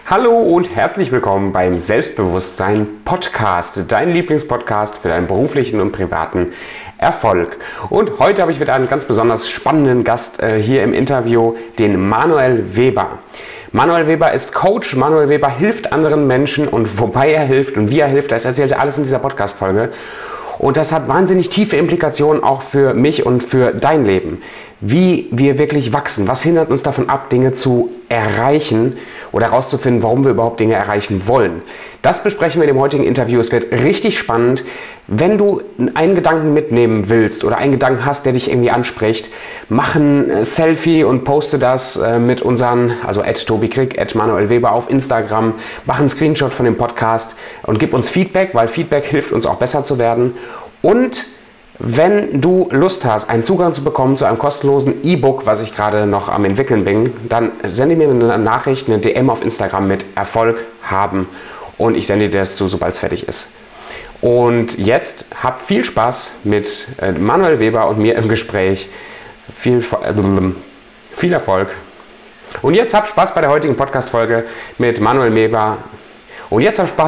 Hallo und herzlich willkommen beim Selbstbewusstsein Podcast, dein Lieblingspodcast für deinen beruflichen und privaten Erfolg. Und heute habe ich wieder einen ganz besonders spannenden Gast hier im Interview, den Manuel Weber. Manuel Weber ist Coach, Manuel Weber hilft anderen Menschen und wobei er hilft und wie er hilft, das erzählt er alles in dieser Podcast-Folge. Und das hat wahnsinnig tiefe Implikationen auch für mich und für dein Leben. Wie wir wirklich wachsen, was hindert uns davon ab, Dinge zu erreichen oder herauszufinden, warum wir überhaupt Dinge erreichen wollen. Das besprechen wir in dem heutigen Interview. Es wird richtig spannend. Wenn du einen Gedanken mitnehmen willst oder einen Gedanken hast, der dich irgendwie anspricht, mach ein Selfie und poste das mit unseren, also @TobiKrick, @ManuelWeber auf Instagram, mach einen Screenshot von dem Podcast und gib uns Feedback, weil Feedback hilft uns auch besser zu werden. Und wenn du Lust hast, einen Zugang zu bekommen zu einem kostenlosen E-Book, was ich gerade noch am entwickeln bin, dann sende mir eine Nachricht, eine DM auf Instagram mit Erfolg haben und ich sende dir das zu, sobald es fertig ist. Und jetzt habt viel Spaß mit Manuel Weber und mir im Gespräch. Viel Erfolg. Und jetzt habt Spaß bei der heutigen Podcast-Folge mit Manuel Weber. Und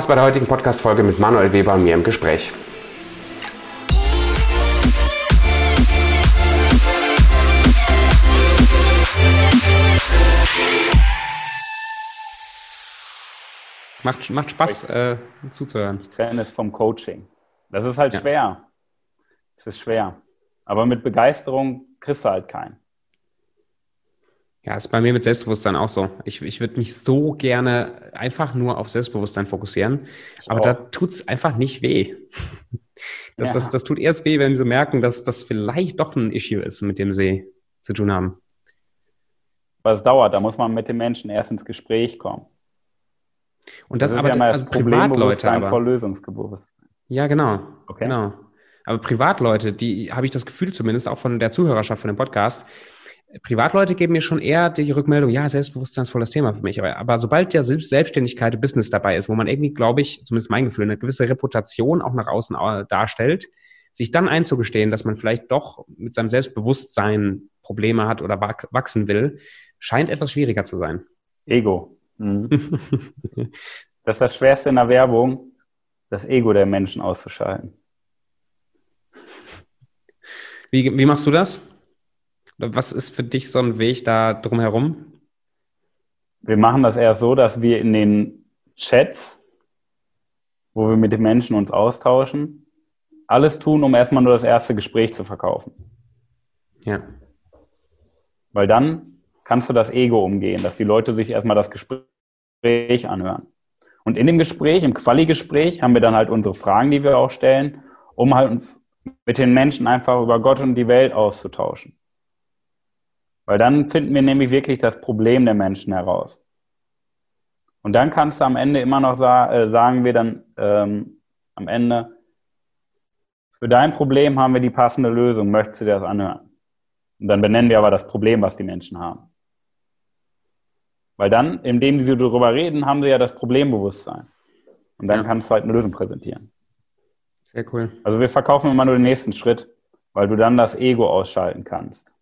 mir im Gespräch. Macht Spaß zuzuhören. Ich trenne es vom Coaching. Das ist halt schwer. Es ist schwer. Aber mit Begeisterung kriegst du halt keinen. Ja, ist bei mir mit Selbstbewusstsein auch so. Ich würde mich so gerne einfach nur auf Selbstbewusstsein fokussieren, aber da tut es einfach nicht weh. Das tut erst weh, wenn sie merken, dass das vielleicht doch ein Issue ist, mit dem sie zu tun haben. Aber es dauert, da muss man mit den Menschen erst ins Gespräch kommen. Und das ist aber ja mal das Problembewusstsein vor Lösungsbewusstsein. Ja, genau. Okay. Genau. Aber Privatleute, die habe ich das Gefühl zumindest auch von der Zuhörerschaft von dem Podcast, Privatleute geben mir schon eher die Rückmeldung, ja, Selbstbewusstsein ist voll das Thema für mich. Aber sobald der Selbstständigkeit, Business dabei ist, wo man irgendwie, glaube ich, zumindest mein Gefühl, eine gewisse Reputation auch nach außen darstellt, sich dann einzugestehen, dass man vielleicht doch mit seinem Selbstbewusstsein Probleme hat oder wachsen will, scheint etwas schwieriger zu sein. Ego. Mhm. Das ist das Schwerste in der Werbung, das Ego der Menschen auszuschalten. Wie machst du das? Was ist für dich so ein Weg da drumherum? Wir machen das erst so, dass wir in den Chats, wo wir mit den Menschen uns austauschen, alles tun, um erstmal nur das erste Gespräch zu verkaufen. Ja. Weil dann kannst du das Ego umgehen, dass die Leute sich erstmal das Gespräch anhören. Und in dem Gespräch, im Quali-Gespräch, haben wir dann halt unsere Fragen, die wir auch stellen, um halt uns mit den Menschen einfach über Gott und die Welt auszutauschen. Weil dann finden wir nämlich wirklich das Problem der Menschen heraus. Und dann kannst du am Ende immer noch sagen wir dann am Ende, für dein Problem haben wir die passende Lösung, möchtest du dir das anhören? Und dann benennen wir aber das Problem, was die Menschen haben. Weil dann, indem sie darüber reden, haben sie ja das Problembewusstsein. Und dann kannst du halt eine Lösung präsentieren. Sehr cool. Also wir verkaufen immer nur den nächsten Schritt, weil du dann das Ego ausschalten kannst.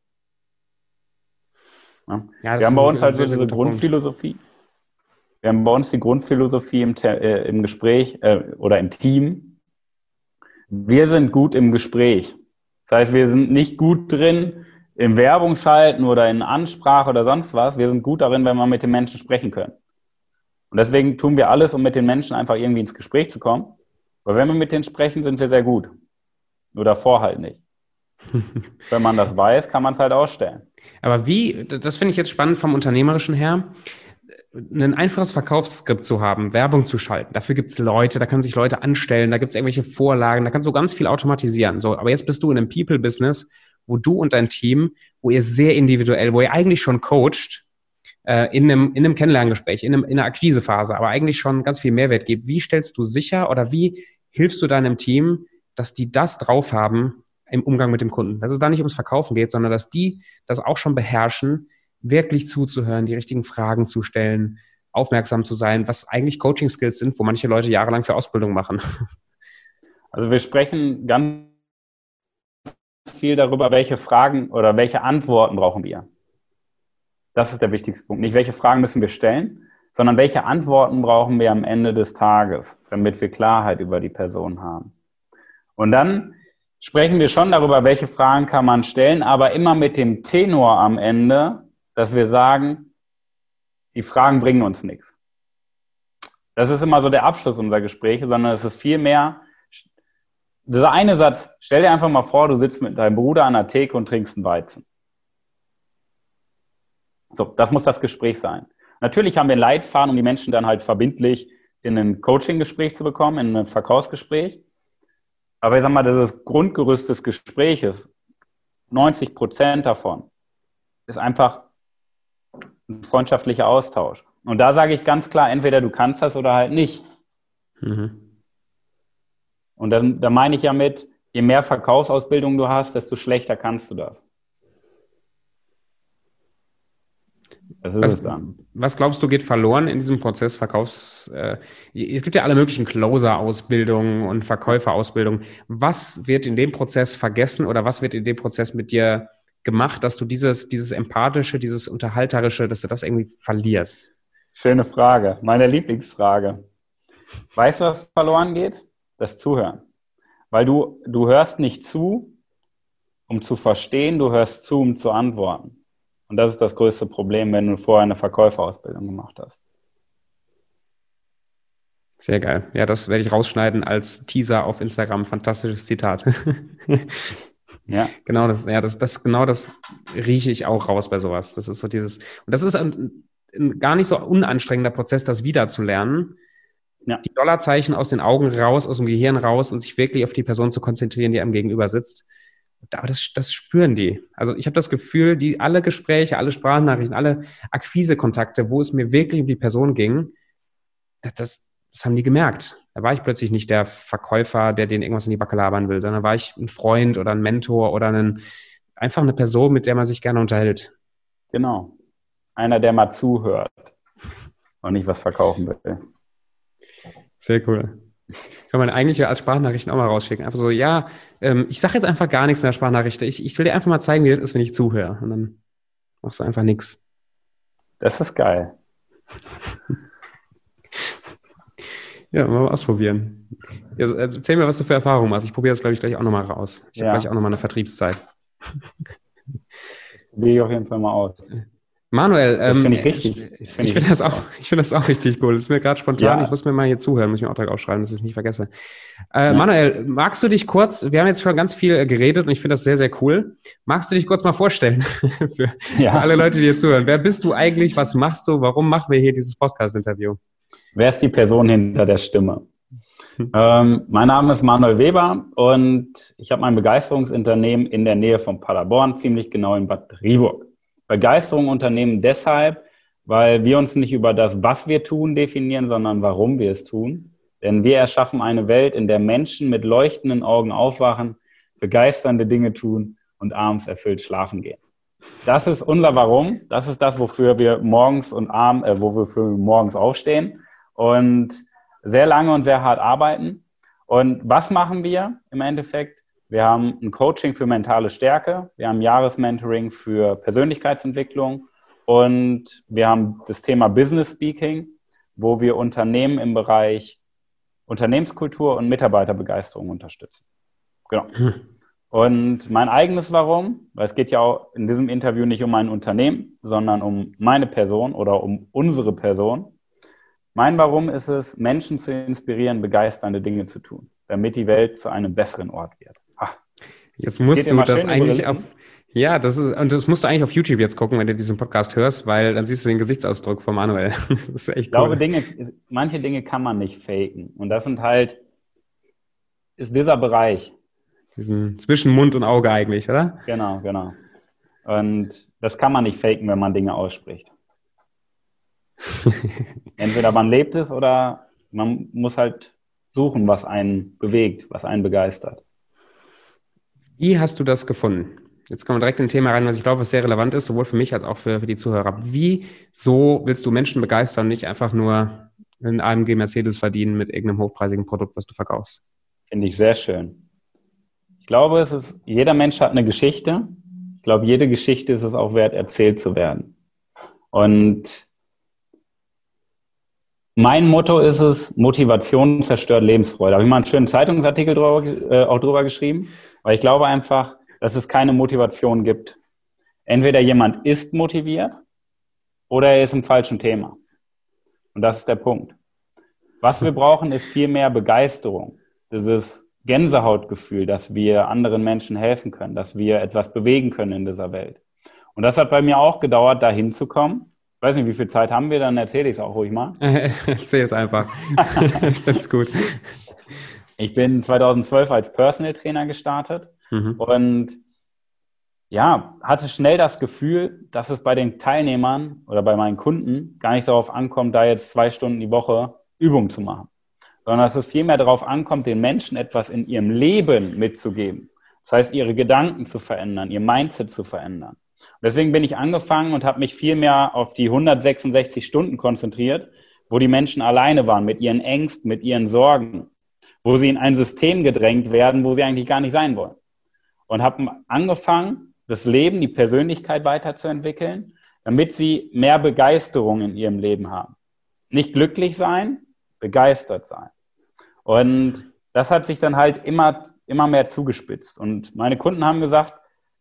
Ja? Wir haben bei uns halt so diese Grundphilosophie. Wir haben bei uns die Grundphilosophie im Gespräch oder im Team. Wir sind gut im Gespräch. Das heißt, wir sind nicht gut drin, in Werbung schalten oder in Ansprache oder sonst was. Wir sind gut darin, wenn wir mit den Menschen sprechen können. Und deswegen tun wir alles, um mit den Menschen einfach irgendwie ins Gespräch zu kommen. Weil wenn wir mit denen sprechen, sind wir sehr gut. Nur davor halt nicht. Wenn man das weiß, kann man es halt ausstellen. Aber das finde ich jetzt spannend vom Unternehmerischen her, ein einfaches Verkaufsskript zu haben, Werbung zu schalten. Dafür gibt es Leute, da können sich Leute anstellen, da gibt es irgendwelche Vorlagen, da kannst du ganz viel automatisieren. So, aber jetzt bist du in einem People-Business, wo du und dein Team, wo ihr sehr individuell, wo ihr eigentlich schon coacht, in einem Kennenlerngespräch, in einer Akquisephase, aber eigentlich schon ganz viel Mehrwert gibt. Wie stellst du sicher oder wie hilfst du deinem Team, dass die das drauf haben im Umgang mit dem Kunden? Dass es da nicht ums Verkaufen geht, sondern dass die das auch schon beherrschen, wirklich zuzuhören, die richtigen Fragen zu stellen, aufmerksam zu sein, was eigentlich Coaching-Skills sind, wo manche Leute jahrelang für Ausbildung machen. Also wir sprechen ganz viel darüber, welche Fragen oder welche Antworten brauchen wir. Das ist der wichtigste Punkt. Nicht, welche Fragen müssen wir stellen, sondern welche Antworten brauchen wir am Ende des Tages, damit wir Klarheit über die Person haben. Und dann sprechen wir schon darüber, welche Fragen kann man stellen, aber immer mit dem Tenor am Ende, dass wir sagen, die Fragen bringen uns nichts. Das ist immer so der Abschluss unserer Gespräche, sondern es ist vielmehr dieser eine Satz, stell dir einfach mal vor, du sitzt mit deinem Bruder an der Theke und trinkst einen Weizen. So, das muss das Gespräch sein. Natürlich haben wir einen Leitfaden, um die Menschen dann halt verbindlich in ein Coaching-Gespräch zu bekommen, in ein Verkaufsgespräch. Aber ich sag mal, das Grundgerüst des Gespräches, 90% davon, ist einfach ein freundschaftlicher Austausch. Und da sage ich ganz klar, entweder du kannst das oder halt nicht. Mhm. Und dann meine ich ja mit, je mehr Verkaufsausbildung du hast, desto schlechter kannst du das. Das ist es dann. Was glaubst du, geht verloren in diesem Prozess es gibt ja alle möglichen Closer-Ausbildungen und Verkäufer-Ausbildungen. Was wird in dem Prozess vergessen oder was wird in dem Prozess mit dir gemacht, dass du dieses Empathische, dieses Unterhalterische, dass du das irgendwie verlierst? Schöne Frage. Meine Lieblingsfrage. Weißt du, was verloren geht? Das Zuhören. Weil du hörst nicht zu, um zu verstehen, du hörst zu, um zu antworten. Und das ist das größte Problem, wenn du vorher eine Verkäuferausbildung gemacht hast. Sehr geil. Ja, das werde ich rausschneiden als Teaser auf Instagram. Fantastisches Zitat. Ja. Genau das rieche ich auch raus bei sowas. Das ist so dieses, und das ist ein gar nicht so unanstrengender Prozess, das wiederzulernen. Ja. Die Dollarzeichen aus den Augen raus, aus dem Gehirn raus und sich wirklich auf die Person zu konzentrieren, die einem gegenüber sitzt. Aber das spüren die. Also ich habe das Gefühl, alle Gespräche, alle Sprachnachrichten, alle Akquisekontakte, wo es mir wirklich um die Person ging, das haben die gemerkt. Da war ich plötzlich nicht der Verkäufer, der denen irgendwas in die Backe labern will, sondern war ich ein Freund oder ein Mentor oder einfach eine Person, mit der man sich gerne unterhält. Genau. Einer, der mal zuhört und nicht was verkaufen will. Sehr cool. Kann man eigentlich ja als Sprachnachrichten auch mal rausschicken. Einfach so, ja, ich sage jetzt einfach gar nichts in der Sprachnachricht. Ich will dir einfach mal zeigen, wie das ist, wenn ich zuhöre. Und dann machst du einfach nichts. Das ist geil. Ja, mal ausprobieren. Ja, erzähl mir, was du für Erfahrungen machst. Ich probiere das, glaube ich, gleich auch nochmal raus. Ich habe gleich auch nochmal eine Vertriebszeit. Probiere ich auf jeden Fall mal aus. Manuel, das finde ich richtig. Ich finde das auch richtig cool. Das ist mir gerade spontan. Ja. Ich muss mir mal hier zuhören, muss ich mir auch direkt aufschreiben, dass ich es nicht vergesse. Manuel, magst du dich kurz, wir haben jetzt schon ganz viel geredet und ich finde das sehr, sehr cool. Magst du dich kurz mal vorstellen für alle Leute, die hier zuhören? Wer bist du eigentlich? Was machst du? Warum machen wir hier dieses Podcast-Interview? Wer ist die Person hinter der Stimme? Mein Name ist Manuel Weber und ich habe mein Begeisterungsunternehmen in der Nähe von Paderborn, ziemlich genau in Bad Driburg. Begeisterung Unternehmen deshalb, weil wir uns nicht über das, was wir tun, definieren, sondern warum wir es tun. Denn wir erschaffen eine Welt, in der Menschen mit leuchtenden Augen aufwachen, begeisternde Dinge tun und abends erfüllt schlafen gehen. Das ist unser Warum. Das ist das, wofür wir morgens aufstehen und sehr lange und sehr hart arbeiten. Und was machen wir im Endeffekt? Wir haben ein Coaching für mentale Stärke, wir haben ein Jahresmentoring für Persönlichkeitsentwicklung und wir haben das Thema Business Speaking, wo wir Unternehmen im Bereich Unternehmenskultur und Mitarbeiterbegeisterung unterstützen. Genau. Und mein eigenes Warum, weil es geht ja auch in diesem Interview nicht um ein Unternehmen, sondern um meine Person oder um unsere Person. Mein Warum ist es, Menschen zu inspirieren, begeisternde Dinge zu tun, damit die Welt zu einem besseren Ort wird. Jetzt musst du das eigentlich das musst du eigentlich auf YouTube jetzt gucken, wenn du diesen Podcast hörst, weil dann siehst du den Gesichtsausdruck von Manuel. Das ist echt cool. Ich glaube, manche Dinge kann man nicht faken. Und das ist dieser Bereich. Diesen zwischen Mund und Auge eigentlich, oder? Genau. Und das kann man nicht faken, wenn man Dinge ausspricht. Entweder man lebt es oder man muss halt suchen, was einen bewegt, was einen begeistert. Wie hast du das gefunden? Jetzt kommen wir direkt in ein Thema rein, was ich glaube, was sehr relevant ist, sowohl für mich als auch für die Zuhörer. Wieso willst du Menschen begeistern, nicht einfach nur einen AMG Mercedes verdienen mit irgendeinem hochpreisigen Produkt, was du verkaufst? Finde ich sehr schön. Ich glaube, jeder Mensch hat eine Geschichte. Ich glaube, jede Geschichte ist es auch wert, erzählt zu werden. Und Mein Motto ist es, Motivation zerstört Lebensfreude. Da habe ich mal einen schönen Zeitungsartikel auch drüber geschrieben, weil ich glaube einfach, dass es keine Motivation gibt. Entweder jemand ist motiviert oder er ist im falschen Thema. Und das ist der Punkt. Was wir brauchen, ist viel mehr Begeisterung. Dieses Gänsehautgefühl, dass wir anderen Menschen helfen können, dass wir etwas bewegen können in dieser Welt. Und das hat bei mir auch gedauert, da hinzukommen. Ich weiß nicht, wie viel Zeit haben wir, dann erzähle ich es auch ruhig mal. Erzähl es einfach. Ich finde es gut. Ich bin 2012 als Personal Trainer gestartet und ja, hatte schnell das Gefühl, dass es bei den Teilnehmern oder bei meinen Kunden gar nicht darauf ankommt, da jetzt 2 Stunden die Woche Übung zu machen, sondern dass es vielmehr darauf ankommt, den Menschen etwas in ihrem Leben mitzugeben. Das heißt, ihre Gedanken zu verändern, ihr Mindset zu verändern. Und deswegen bin ich angefangen und habe mich viel mehr auf die 166 Stunden konzentriert, wo die Menschen alleine waren mit ihren Ängsten, mit ihren Sorgen, wo sie in ein System gedrängt werden, wo sie eigentlich gar nicht sein wollen. Und habe angefangen, das Leben, die Persönlichkeit weiterzuentwickeln, damit sie mehr Begeisterung in ihrem Leben haben. Nicht glücklich sein, begeistert sein. Und das hat sich dann halt immer mehr zugespitzt. Und meine Kunden haben gesagt,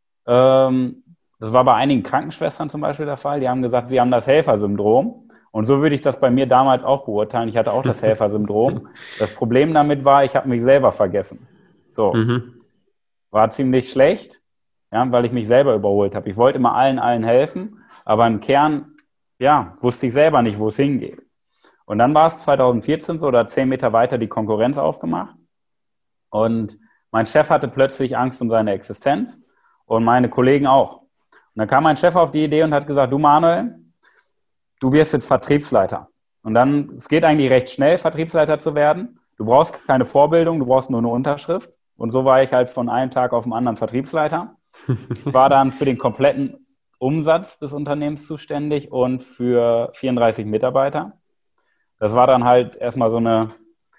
das war bei einigen Krankenschwestern zum Beispiel der Fall, die haben gesagt, sie haben das Helfersyndrom. Und so würde ich das bei mir damals auch beurteilen. Ich hatte auch das Helfersyndrom. Das Problem damit war, ich habe mich selber vergessen. So. War ziemlich schlecht, ja, weil ich mich selber überholt habe. Ich wollte immer allen helfen, aber im Kern, ja, wusste ich selber nicht, wo es hingeht. Und dann war es 2014 so, da 10 Meter weiter die Konkurrenz aufgemacht. Und mein Chef hatte plötzlich Angst um seine Existenz und meine Kollegen auch. Und dann kam mein Chef auf die Idee und hat gesagt, du Manuel, du wirst jetzt Vertriebsleiter. Und dann, es geht eigentlich recht schnell, Vertriebsleiter zu werden. Du brauchst keine Vorbildung, du brauchst nur eine Unterschrift. Und so war ich halt von einem Tag auf den anderen Vertriebsleiter. Ich war dann für den kompletten Umsatz des Unternehmens zuständig und für 34 Mitarbeiter. Das war dann halt erstmal so eine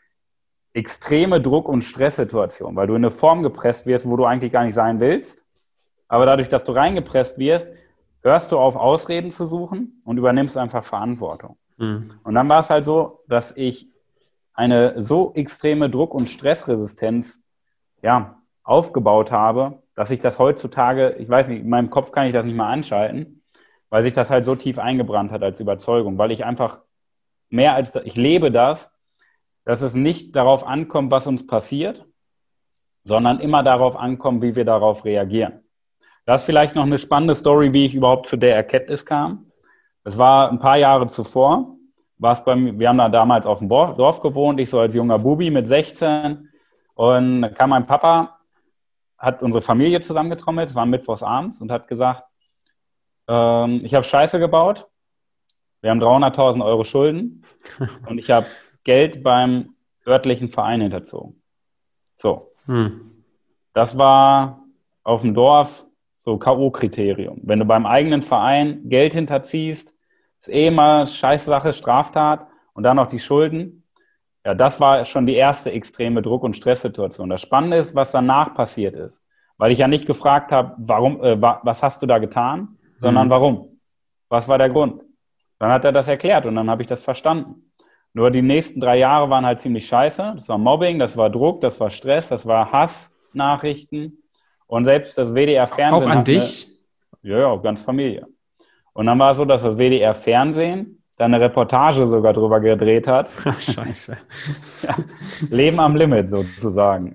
extreme Druck- und Stresssituation, weil du in eine Form gepresst wirst, wo du eigentlich gar nicht sein willst. Aber dadurch, dass du reingepresst wirst, hörst du auf, Ausreden zu suchen und übernimmst einfach Verantwortung. Und dann war es halt so, dass ich eine so extreme Druck- und Stressresistenz aufgebaut habe, dass ich das heutzutage, ich weiß nicht, in meinem Kopf kann ich das nicht mal anschalten, weil sich das halt so tief eingebrannt hat als Überzeugung, weil ich einfach ich lebe das, dass es nicht darauf ankommt, was uns passiert, sondern immer darauf ankommt, wie wir darauf reagieren. Das ist vielleicht noch eine spannende Story, wie ich überhaupt zu der Erkenntnis kam. Das war ein paar Jahre zuvor, wir haben da damals auf dem Dorf gewohnt, ich so als junger Bubi mit 16 und dann kam mein Papa, hat unsere Familie zusammengetrommelt, es war mittwochs abends und hat gesagt, ich habe Scheiße gebaut, wir haben 300.000 Euro Schulden und ich habe Geld beim örtlichen Verein hinterzogen. So. Das war auf dem Dorf so K.O.-Kriterium. Wenn du beim eigenen Verein Geld hinterziehst, ist immer Scheißsache, Straftat und dann noch die Schulden. Ja, das war schon die erste extreme Druck- und Stresssituation. Das Spannende ist, was danach passiert ist. Weil ich ja nicht gefragt habe, warum, was hast du da getan, sondern warum? Was war der Grund? Dann hat er das erklärt und dann habe ich das verstanden. Nur die nächsten 3 Jahre waren halt ziemlich scheiße. Das war Mobbing, das war Druck, das war Stress, das war Hassnachrichten. Und selbst das WDR-Fernsehen... Auch an dich? Ja, ganz Familie. Und dann war es so, dass das WDR-Fernsehen dann eine Reportage sogar drüber gedreht hat. Ach, scheiße. Ja, Leben am Limit sozusagen.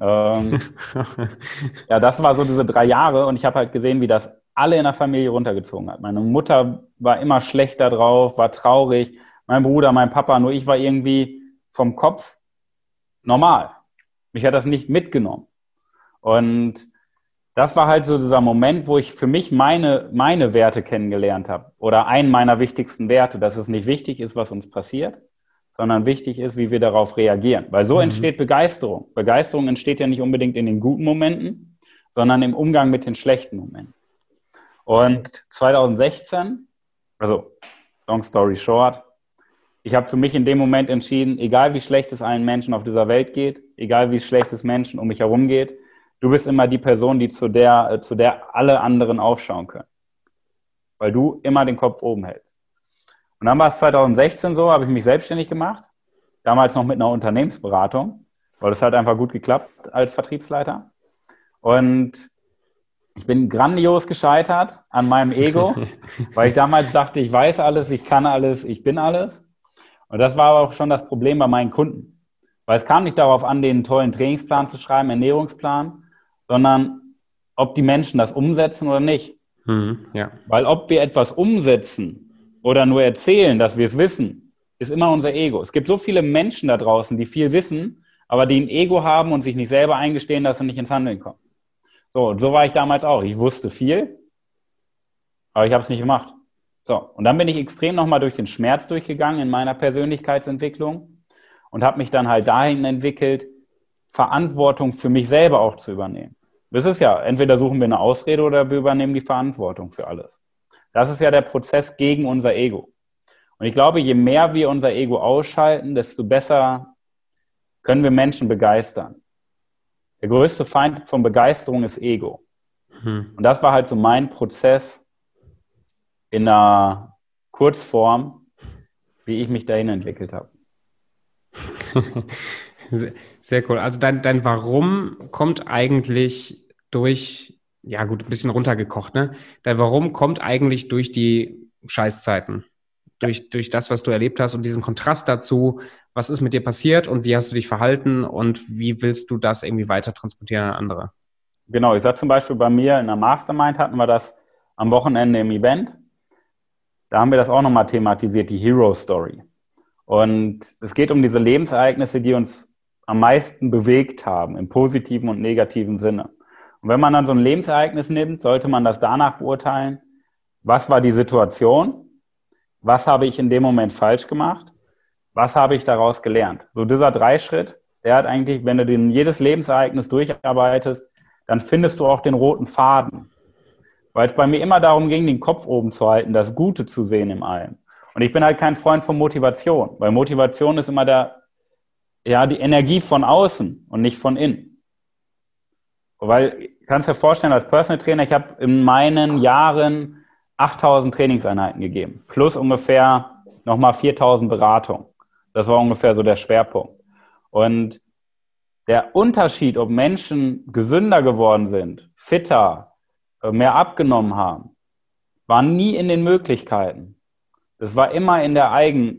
Ja, das war so diese 3 Jahre und ich habe halt gesehen, wie das alle in der Familie runtergezogen hat. Meine Mutter war immer schlechter drauf, war traurig. Mein Bruder, mein Papa, nur ich war irgendwie vom Kopf normal. Mich hat das nicht mitgenommen. Und das war halt so dieser Moment, wo ich für mich meine Werte kennengelernt habe. Oder einen meiner wichtigsten Werte, dass es nicht wichtig ist, was uns passiert, sondern wichtig ist, wie wir darauf reagieren. Weil so entsteht Begeisterung. Begeisterung entsteht ja nicht unbedingt in den guten Momenten, sondern im Umgang mit den schlechten Momenten. Und 2016, also long story short, ich habe für mich in dem Moment entschieden, egal wie schlecht es allen Menschen auf dieser Welt geht, egal wie schlecht es Menschen um mich herum geht, du bist immer die Person, die zu der alle anderen aufschauen können. Weil du immer den Kopf oben hältst. Und dann war es 2016 so, habe ich mich selbstständig gemacht damals noch mit einer Unternehmensberatung, weil das hat einfach gut geklappt als Vertriebsleiter. Und ich bin grandios gescheitert an meinem Ego, weil ich damals dachte, ich weiß alles, ich kann alles, ich bin alles. Und das war aber auch schon das Problem bei meinen Kunden. Weil es kam nicht darauf an, den tollen Trainingsplan zu schreiben, Ernährungsplan, sondern ob die Menschen das umsetzen oder nicht. Ja. Weil ob wir etwas umsetzen oder nur erzählen, dass wir es wissen, ist immer unser Ego. Es gibt so viele Menschen da draußen, die viel wissen, aber die ein Ego haben und sich nicht selber eingestehen, dass sie nicht ins Handeln kommen. So, und so war ich damals auch. Ich wusste viel, aber ich habe es nicht gemacht. So, und dann bin ich extrem nochmal durch den Schmerz durchgegangen in meiner Persönlichkeitsentwicklung und habe mich dann halt dahin entwickelt, Verantwortung für mich selber auch zu übernehmen. Das ist ja, entweder suchen wir eine Ausrede oder wir übernehmen die Verantwortung für alles. Das ist ja der Prozess gegen unser Ego. Und ich glaube, je mehr wir unser Ego ausschalten, desto besser können wir Menschen begeistern. Der größte Feind von Begeisterung ist Ego. Und das war halt so mein Prozess in einer Kurzform, wie ich mich dahin entwickelt habe. Sehr cool. Also dein Warum kommt eigentlich durch, ja gut, ein bisschen runtergekocht, ne? Dein Warum kommt eigentlich durch die Scheißzeiten. Durch das, was du erlebt hast und diesen Kontrast dazu, was ist mit dir passiert und wie hast du dich verhalten und wie willst du das irgendwie weiter transportieren an andere? Genau, ich sag zum Beispiel bei mir in der Mastermind hatten wir das am Wochenende im Event. Da haben wir das auch nochmal thematisiert, die Hero Story. Und es geht um diese Lebensereignisse, die uns am meisten bewegt haben, im positiven und negativen Sinne. Und wenn man dann so ein Lebensereignis nimmt, sollte man das danach beurteilen, was war die Situation, was habe ich in dem Moment falsch gemacht, was habe ich daraus gelernt. So dieser Dreischritt, der hat eigentlich, wenn du jedes Lebensereignis durcharbeitest, dann findest du auch den roten Faden. Weil es bei mir immer darum ging, den Kopf oben zu halten, das Gute zu sehen im Allem. Und ich bin halt kein Freund von Motivation, weil Motivation ist immer die Energie von außen und nicht von innen. Weil, kannst dir vorstellen, als Personal Trainer, ich habe in meinen Jahren 8.000 Trainingseinheiten gegeben, plus ungefähr nochmal 4.000 Beratungen. Das war ungefähr so der Schwerpunkt. Und der Unterschied, ob Menschen gesünder geworden sind, fitter, mehr abgenommen haben, war nie in den Möglichkeiten. Das war immer in der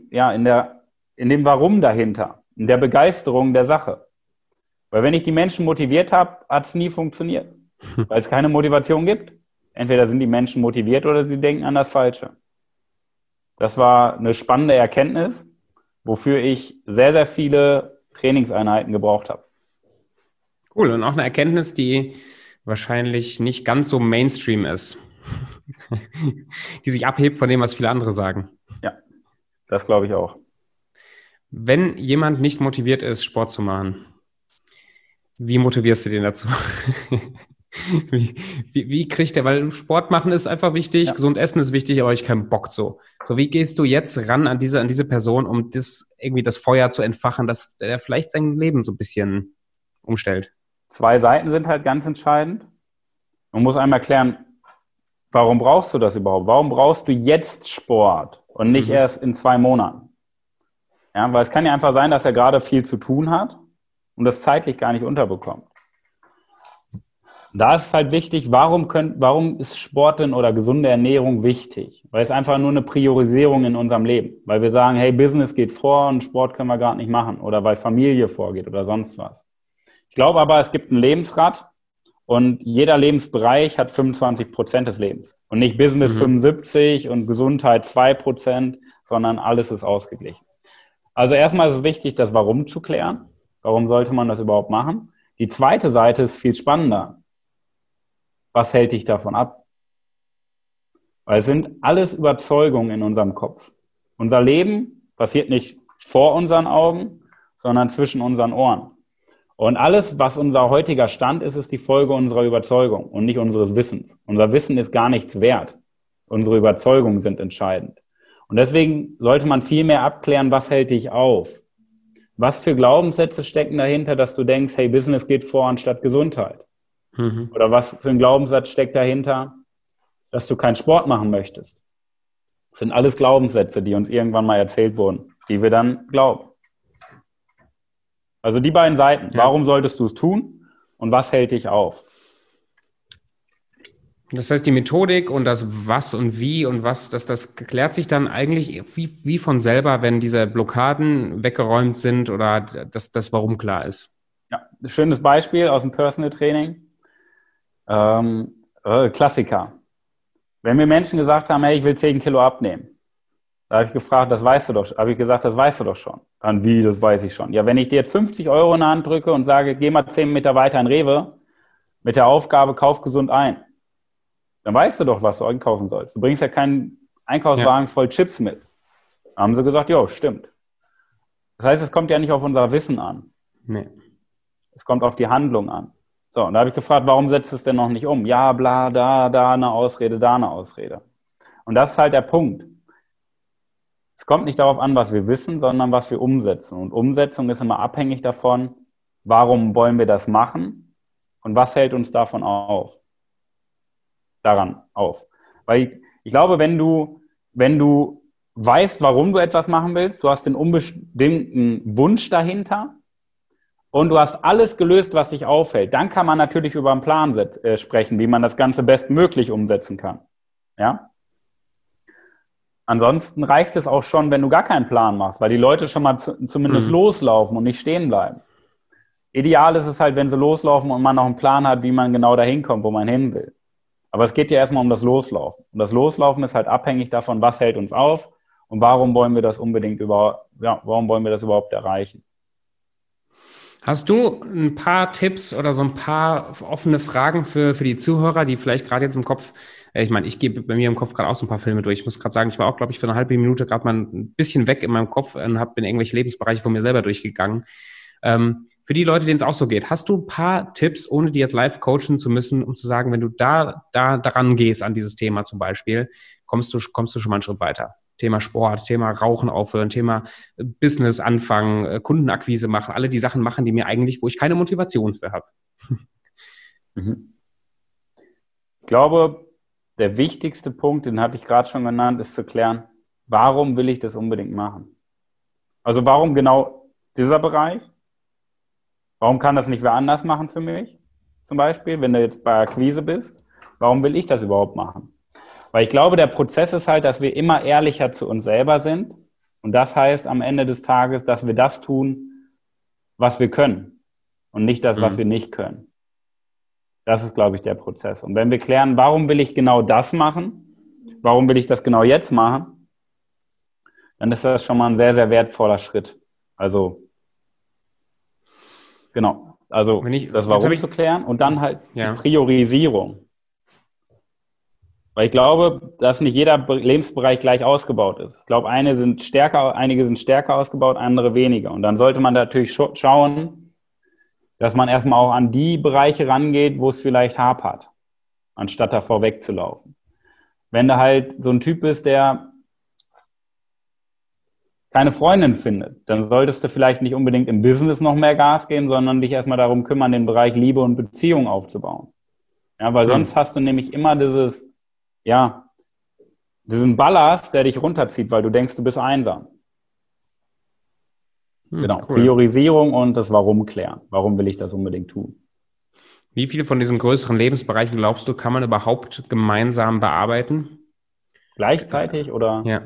in dem Warum dahinter, in der Begeisterung der Sache. Weil wenn ich die Menschen motiviert habe, hat es nie funktioniert, weil es keine Motivation gibt. Entweder sind die Menschen motiviert oder sie denken an das Falsche. Das war eine spannende Erkenntnis, wofür ich sehr, sehr viele Trainingseinheiten gebraucht habe. Cool, und auch eine Erkenntnis, die wahrscheinlich nicht ganz so Mainstream ist. Die sich abhebt von dem, was viele andere sagen. Ja, das glaube ich auch. Wenn jemand nicht motiviert ist, Sport zu machen, wie motivierst du den dazu? Wie kriegt der, weil Sport machen ist einfach wichtig, gesund essen ist wichtig, aber ich habe keinen Bock so. So, wie gehst du jetzt ran an diese Person, um das Feuer zu entfachen, dass der vielleicht sein Leben so ein bisschen umstellt? 2 Seiten sind halt ganz entscheidend. Man muss einmal erklären, warum brauchst du das überhaupt? Warum brauchst du jetzt Sport und nicht erst in 2 Monaten? Ja, weil es kann ja einfach sein, dass er gerade viel zu tun hat und das zeitlich gar nicht unterbekommt. Da ist es halt wichtig, warum ist Sport denn oder gesunde Ernährung wichtig? Weil es einfach nur eine Priorisierung in unserem Leben. Weil wir sagen, hey, Business geht vor und Sport können wir gerade nicht machen. Oder weil Familie vorgeht oder sonst was. Ich glaube aber, es gibt ein Lebensrad und jeder Lebensbereich hat 25% des Lebens. Und nicht Business 75 und Gesundheit 2%, sondern alles ist ausgeglichen. Also erstmal ist es wichtig, das Warum zu klären. Warum sollte man das überhaupt machen? Die zweite Seite ist viel spannender. Was hält dich davon ab? Weil es sind alles Überzeugungen in unserem Kopf. Unser Leben passiert nicht vor unseren Augen, sondern zwischen unseren Ohren. Und alles, was unser heutiger Stand ist, ist die Folge unserer Überzeugung und nicht unseres Wissens. Unser Wissen ist gar nichts wert. Unsere Überzeugungen sind entscheidend. Und deswegen sollte man viel mehr abklären, was hält dich auf? Was für Glaubenssätze stecken dahinter, dass du denkst, hey, Business geht vor anstatt Gesundheit? Oder was für ein Glaubenssatz steckt dahinter, dass du keinen Sport machen möchtest? Das sind alles Glaubenssätze, die uns irgendwann mal erzählt wurden, die wir dann glauben. Also die beiden Seiten. Ja. Warum solltest du es tun und was hält dich auf? Das heißt, die Methodik und das Was und Wie und was, das klärt sich dann eigentlich wie von selber, wenn diese Blockaden weggeräumt sind oder das Warum klar ist. Ja, ein schönes Beispiel aus dem Personal Training. Klassiker. Wenn mir Menschen gesagt haben, hey, ich will 10 Kilo abnehmen, da habe ich gefragt, das weißt du doch. Habe ich gesagt, das weißt du doch schon. Dann wie, das weiß ich schon. Ja, wenn ich dir jetzt 50 Euro in die Hand drücke und sage, geh mal 10 Meter weiter in Rewe mit der Aufgabe, kauf gesund ein, dann weißt du doch, was du einkaufen sollst. Du bringst ja keinen Einkaufswagen voll Chips mit. Da haben sie gesagt, jo, stimmt. Das heißt, es kommt ja nicht auf unser Wissen an. Nee. Es kommt auf die Handlung an. So, und da habe ich gefragt, warum setzt es denn noch nicht um? Ja, bla, da eine Ausrede, da eine Ausrede. Und das ist halt der Punkt. Es kommt nicht darauf an, was wir wissen, sondern was wir umsetzen. Und Umsetzung ist immer abhängig davon, warum wollen wir das machen und was hält uns davon auf. Daran auf. Weil ich glaube, wenn du weißt, warum du etwas machen willst, du hast den unbestimmten Wunsch dahinter und du hast alles gelöst, was dich aufhält, dann kann man natürlich über einen Plan sprechen, wie man das Ganze bestmöglich umsetzen kann. Ja? Ansonsten reicht es auch schon, wenn du gar keinen Plan machst, weil die Leute schon mal zumindest loslaufen und nicht stehen bleiben. Ideal ist es halt, wenn sie loslaufen und man noch einen Plan hat, wie man genau dahin kommt, wo man hin will. Aber es geht ja erstmal um das Loslaufen. Und das Loslaufen ist halt abhängig davon, was hält uns auf und warum wollen wir das überhaupt erreichen. Hast du ein paar Tipps oder so ein paar offene Fragen für die Zuhörer, die vielleicht gerade jetzt im Kopf, ich meine, ich gehe bei mir im Kopf gerade auch so ein paar Filme durch. Ich muss gerade sagen, ich war auch, glaube ich, für eine halbe Minute gerade mal ein bisschen weg in meinem Kopf und bin irgendwelche Lebensbereiche von mir selber durchgegangen. Für die Leute, denen es auch so geht, hast du ein paar Tipps, ohne die jetzt live coachen zu müssen, um zu sagen, wenn du daran gehst an dieses Thema zum Beispiel, kommst du schon mal einen Schritt weiter? Thema Sport, Thema Rauchen aufhören, Thema Business anfangen, Kundenakquise machen, alle die Sachen machen, wo ich keine Motivation für habe. Ich glaube, der wichtigste Punkt, den hatte ich gerade schon genannt, ist zu klären, warum will ich das unbedingt machen? Also warum genau dieser Bereich? Warum kann das nicht wer anders machen für mich? Zum Beispiel, wenn du jetzt bei Akquise bist, warum will ich das überhaupt machen? Weil ich glaube, der Prozess ist halt, dass wir immer ehrlicher zu uns selber sind. Und das heißt am Ende des Tages, dass wir das tun, was wir können und nicht das, was wir nicht können. Das ist, glaube ich, der Prozess. Und wenn wir klären, warum will ich genau das machen, warum will ich das genau jetzt machen, dann ist das schon mal ein sehr, sehr wertvoller Schritt. Also, genau. Also, das Warum zu klären und dann halt die Priorisierung. Weil ich glaube, dass nicht jeder Lebensbereich gleich ausgebaut ist. Ich glaube, einige sind stärker ausgebaut, andere weniger. Und dann sollte man natürlich schauen, dass man erstmal auch an die Bereiche rangeht, wo es vielleicht hapert, anstatt davor wegzulaufen. Wenn du halt so ein Typ bist, der keine Freundin findet, dann solltest du vielleicht nicht unbedingt im Business noch mehr Gas geben, sondern dich erstmal darum kümmern, den Bereich Liebe und Beziehung aufzubauen. Ja, weil sonst hast du nämlich immer diesen Ballast, der dich runterzieht, weil du denkst, du bist einsam. Genau, cool. Priorisierung und das Warum klären. Warum will ich das unbedingt tun? Wie viele von diesen größeren Lebensbereichen, glaubst du, kann man überhaupt gemeinsam bearbeiten? Gleichzeitig oder? Ja.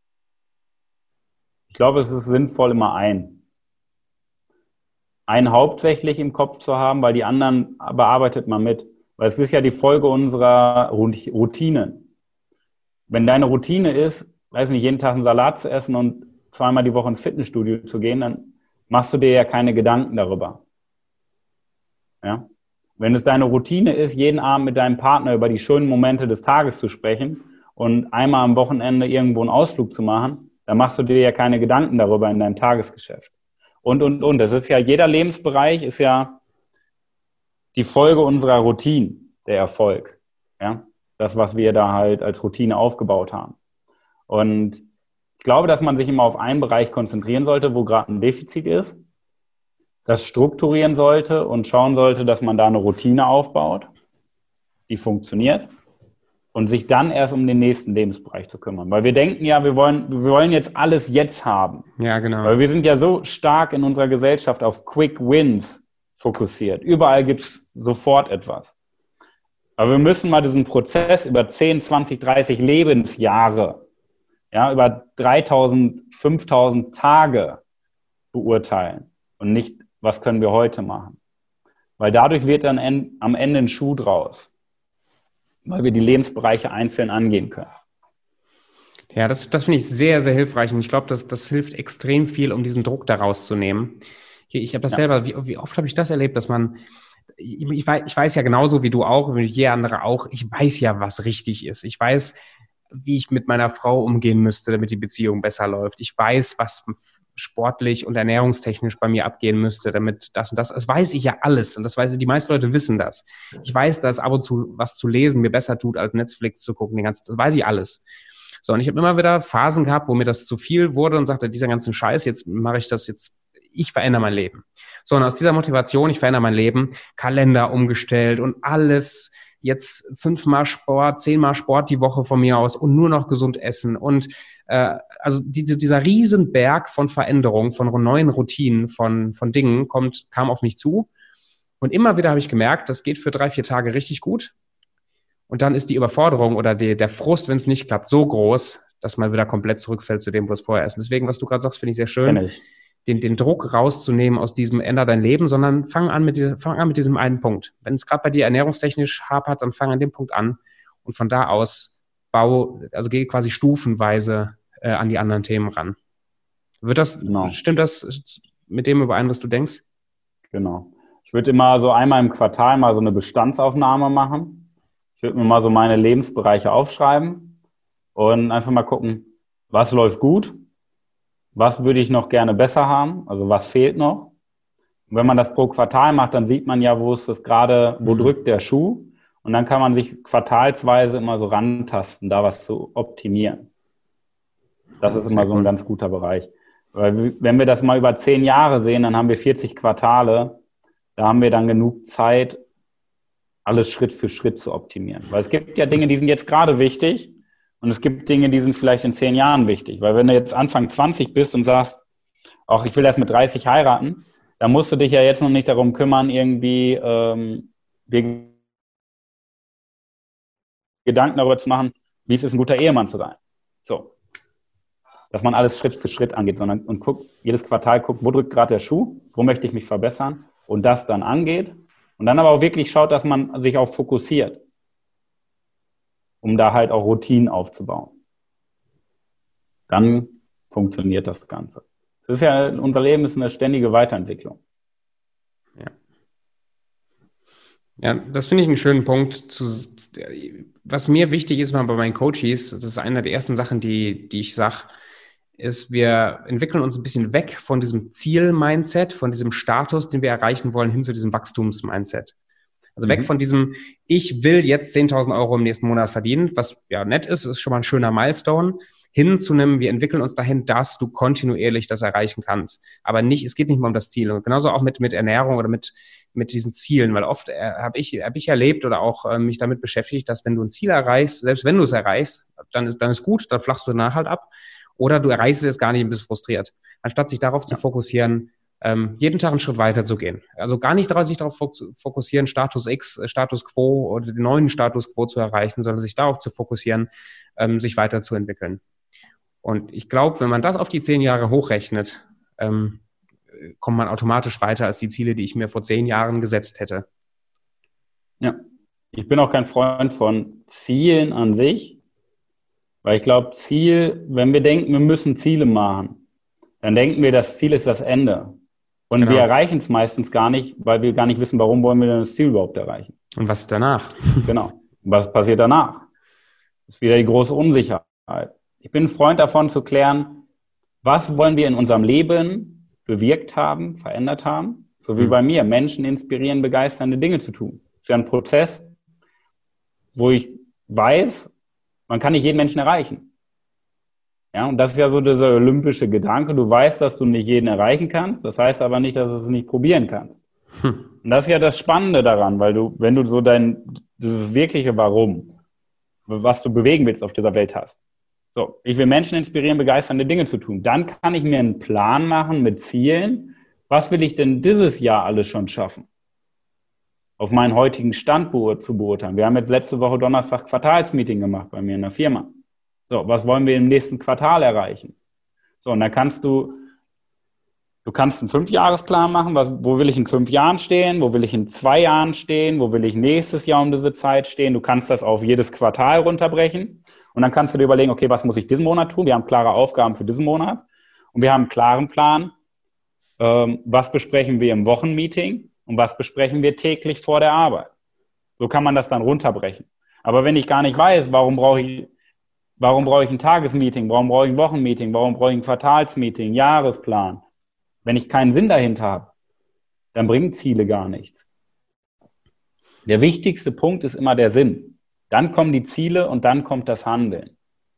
Ich glaube, es ist sinnvoll, immer einen hauptsächlich im Kopf zu haben, weil die anderen bearbeitet man mit. Weil es ist ja die Folge unserer Routinen. Wenn deine Routine ist, weiß nicht, jeden Tag einen Salat zu essen und zweimal die Woche ins Fitnessstudio zu gehen, dann machst du dir ja keine Gedanken darüber. Ja? Wenn es deine Routine ist, jeden Abend mit deinem Partner über die schönen Momente des Tages zu sprechen und einmal am Wochenende irgendwo einen Ausflug zu machen, dann machst du dir ja keine Gedanken darüber in deinem Tagesgeschäft. Und. Das ist ja, jeder Lebensbereich ist ja die Folge unserer Routine, der Erfolg. Ja? Das, was wir da halt als Routine aufgebaut haben. Und ich glaube, dass man sich immer auf einen Bereich konzentrieren sollte, wo gerade ein Defizit ist, das strukturieren sollte und schauen sollte, dass man da eine Routine aufbaut, die funktioniert. und sich dann erst um den nächsten Lebensbereich zu kümmern. Weil wir denken ja, wir wollen jetzt alles jetzt haben. Ja, genau. Weil wir sind ja so stark in unserer Gesellschaft auf Quick Wins fokussiert. Überall gibt es sofort etwas. Aber wir müssen mal diesen Prozess über 10, 20, 30 Lebensjahre, ja, über 3000, 5000 Tage beurteilen und nicht, was können wir heute machen. Weil dadurch wird dann am Ende ein Schuh draus, weil wir die Lebensbereiche einzeln angehen können. Ja, das finde ich sehr, sehr hilfreich und ich glaube, das hilft extrem viel, um diesen Druck da rauszunehmen. Ich habe das selber, wie oft habe ich das erlebt, dass man, ich weiß ja genauso wie du auch, wie jeder andere auch, ich weiß ja, was richtig ist. Ich weiß, wie ich mit meiner Frau umgehen müsste, damit die Beziehung besser läuft. Ich weiß, was sportlich und ernährungstechnisch bei mir abgehen müsste, damit das und das, das weiß ich ja alles und das weiß, die meisten Leute wissen das. Ich weiß, dass ab und zu was zu lesen mir besser tut, als Netflix zu gucken, das weiß ich alles. So, und ich habe immer wieder Phasen gehabt, wo mir das zu viel wurde und sagte, dieser ganzen Scheiß, jetzt mache ich das jetzt, ich verändere mein Leben. So, und aus dieser Motivation, ich verändere mein Leben, Kalender umgestellt und alles, jetzt 5-mal Sport, 10-mal Sport die Woche von mir aus und nur noch gesund essen und also dieser Riesenberg von Veränderungen, von neuen Routinen, von Dingen kam auf mich zu und immer wieder habe ich gemerkt, das geht für 3-4 Tage richtig gut und dann ist die Überforderung oder der Frust, wenn es nicht klappt, so groß, dass man wieder komplett zurückfällt zu dem, wo es vorher ist. Und deswegen, was du gerade sagst, finde ich sehr schön, den Druck rauszunehmen aus diesem änder dein Leben, sondern fang an mit diesem einen Punkt. Wenn es gerade bei dir ernährungstechnisch hapert, dann fang an dem Punkt an und von da aus geh quasi stufenweise an die anderen Themen ran. Stimmt das mit dem überein, was du denkst? Genau. Ich würde immer so einmal im Quartal mal so eine Bestandsaufnahme machen. Ich würde mir mal so meine Lebensbereiche aufschreiben und einfach mal gucken, was läuft gut, was würde ich noch gerne besser haben, also was fehlt noch. Und wenn man das pro Quartal macht, dann sieht man ja, wo drückt der Schuh. Und dann kann man sich quartalsweise immer so rantasten, da was zu optimieren. Das ist immer so ein ganz guter Bereich. Weil wenn wir das mal über 10 Jahre sehen, dann haben wir 40 Quartale. Da haben wir dann genug Zeit, alles Schritt für Schritt zu optimieren. Weil es gibt ja Dinge, die sind jetzt gerade wichtig und es gibt Dinge, die sind vielleicht in 10 Jahren wichtig. Weil wenn du jetzt Anfang 20 bist und sagst, ach, ich will erst mit 30 heiraten, dann musst du dich ja jetzt noch nicht darum kümmern, irgendwie dir Gedanken darüber zu machen, wie es ist, ein guter Ehemann zu sein. So. Dass man alles Schritt für Schritt angeht, sondern jedes Quartal guckt, wo drückt gerade der Schuh, wo möchte ich mich verbessern und das dann angeht. Und dann aber auch wirklich schaut, dass man sich auch fokussiert, um da halt auch Routinen aufzubauen. Dann funktioniert das Ganze. Unser Leben ist eine ständige Weiterentwicklung. Ja, das finde ich einen schönen Punkt. Was mir wichtig ist bei meinen Coaches, das ist eine der ersten Sachen, die ich sage, ist, wir entwickeln uns ein bisschen weg von diesem Ziel-Mindset, von diesem Status, den wir erreichen wollen, hin zu diesem Wachstums-Mindset. Also weg von diesem, ich will jetzt 10.000 Euro im nächsten Monat verdienen, was ja nett ist schon mal ein schöner Milestone, hin zu einem, wir entwickeln uns dahin, dass du kontinuierlich das erreichen kannst. Aber es geht nicht mehr um das Ziel. Und genauso auch mit Ernährung oder mit diesen Zielen, weil oft habe ich erlebt oder auch mich damit beschäftigt, dass wenn du ein Ziel erreichst, selbst wenn du es erreichst, dann ist gut, dann flachst du danach halt ab. Oder du erreichst es gar nicht und bist frustriert. Anstatt sich darauf zu fokussieren, jeden Tag einen Schritt weiter zu gehen. Also gar nicht sich darauf fokussieren, Status X, Status Quo oder den neuen Status Quo zu erreichen, sondern sich darauf zu fokussieren, sich weiterzuentwickeln. Und ich glaube, wenn man das auf die 10 Jahre hochrechnet, kommt man automatisch weiter als die Ziele, die ich mir vor 10 Jahren gesetzt hätte. Ja, ich bin auch kein Freund von Zielen an sich, weil ich glaube, wenn wir denken, wir müssen Ziele machen, dann denken wir, das Ziel ist das Ende. Und wir erreichen es meistens gar nicht, weil wir gar nicht wissen, warum wollen wir denn das Ziel überhaupt erreichen. Und was ist danach? Genau. Was passiert danach? Das ist wieder die große Unsicherheit. Ich bin ein Freund davon zu klären, was wollen wir in unserem Leben bewirkt haben, verändert haben, so wie bei mir, Menschen inspirieren, begeisternde Dinge zu tun. Das ist ja ein Prozess, wo ich weiß, man kann nicht jeden Menschen erreichen. Ja, und das ist ja so dieser olympische Gedanke. Du weißt, dass du nicht jeden erreichen kannst. Das heißt aber nicht, dass du es nicht probieren kannst. Und das ist ja das Spannende daran, weil wenn du so dieses wirkliche Warum, was du bewegen willst auf dieser Welt hast. So, ich will Menschen inspirieren, begeisternde Dinge zu tun. Dann kann ich mir einen Plan machen mit Zielen. Was will ich denn dieses Jahr alles schon schaffen? Auf meinen heutigen Stand zu beurteilen. Wir haben jetzt letzte Woche Donnerstag Quartalsmeeting gemacht bei mir in der Firma. So, was wollen wir im nächsten Quartal erreichen? So, und dann kannst du kannst einen 5-Jahresplan machen. Wo will ich in 5 Jahren stehen? Wo will ich in 2 Jahren stehen? Wo will ich nächstes Jahr um diese Zeit stehen? Du kannst das auf jedes Quartal runterbrechen. Und dann kannst du dir überlegen, okay, was muss ich diesen Monat tun? Wir haben klare Aufgaben für diesen Monat. Und wir haben einen klaren Plan. Was besprechen wir im Wochenmeeting? Und was besprechen wir täglich vor der Arbeit? So kann man das dann runterbrechen. Aber wenn ich gar nicht weiß, warum brauche ich ein Tagesmeeting? Warum brauche ich ein Wochenmeeting? Warum brauche ich ein Quartalsmeeting? Jahresplan? Wenn ich keinen Sinn dahinter habe, dann bringen Ziele gar nichts. Der wichtigste Punkt ist immer der Sinn. Dann kommen die Ziele und dann kommt das Handeln.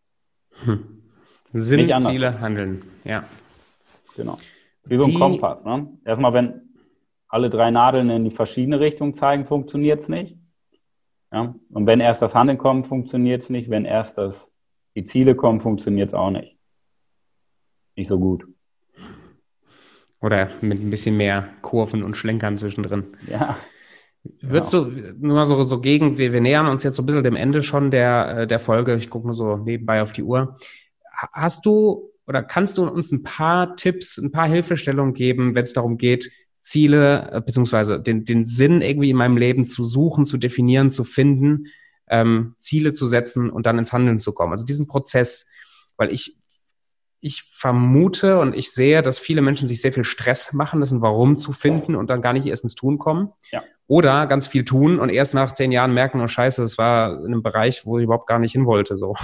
Sinn, Ziele, Handeln. Ja. Genau. Wie so ein Kompass. Ne? Erstmal, wenn alle 3 Nadeln in die verschiedene Richtung zeigen, funktioniert es nicht. Ja? Und wenn erst das Handeln kommt, funktioniert es nicht. Wenn erst die Ziele kommen, funktioniert es auch nicht. Nicht so gut. Oder mit ein bisschen mehr Kurven und Schlenkern zwischendrin. Ja. Würdest du nur mal so gegen, wir nähern uns jetzt so ein bisschen dem Ende schon der Folge, ich gucke nur so nebenbei auf die Uhr. Hast du oder kannst du uns ein paar Tipps, ein paar Hilfestellungen geben, wenn es darum geht, Ziele beziehungsweise den Sinn irgendwie in meinem Leben zu suchen, zu definieren, zu finden, Ziele zu setzen und dann ins Handeln zu kommen? Also diesen Prozess, weil ich vermute und ich sehe, dass viele Menschen sich sehr viel Stress machen, das ein Warum zu finden und dann gar nicht erst ins Tun kommen. Ja. Oder ganz viel tun und erst nach 10 Jahren merken, oh Scheiße, das war in einem Bereich, wo ich überhaupt gar nicht hin wollte. So.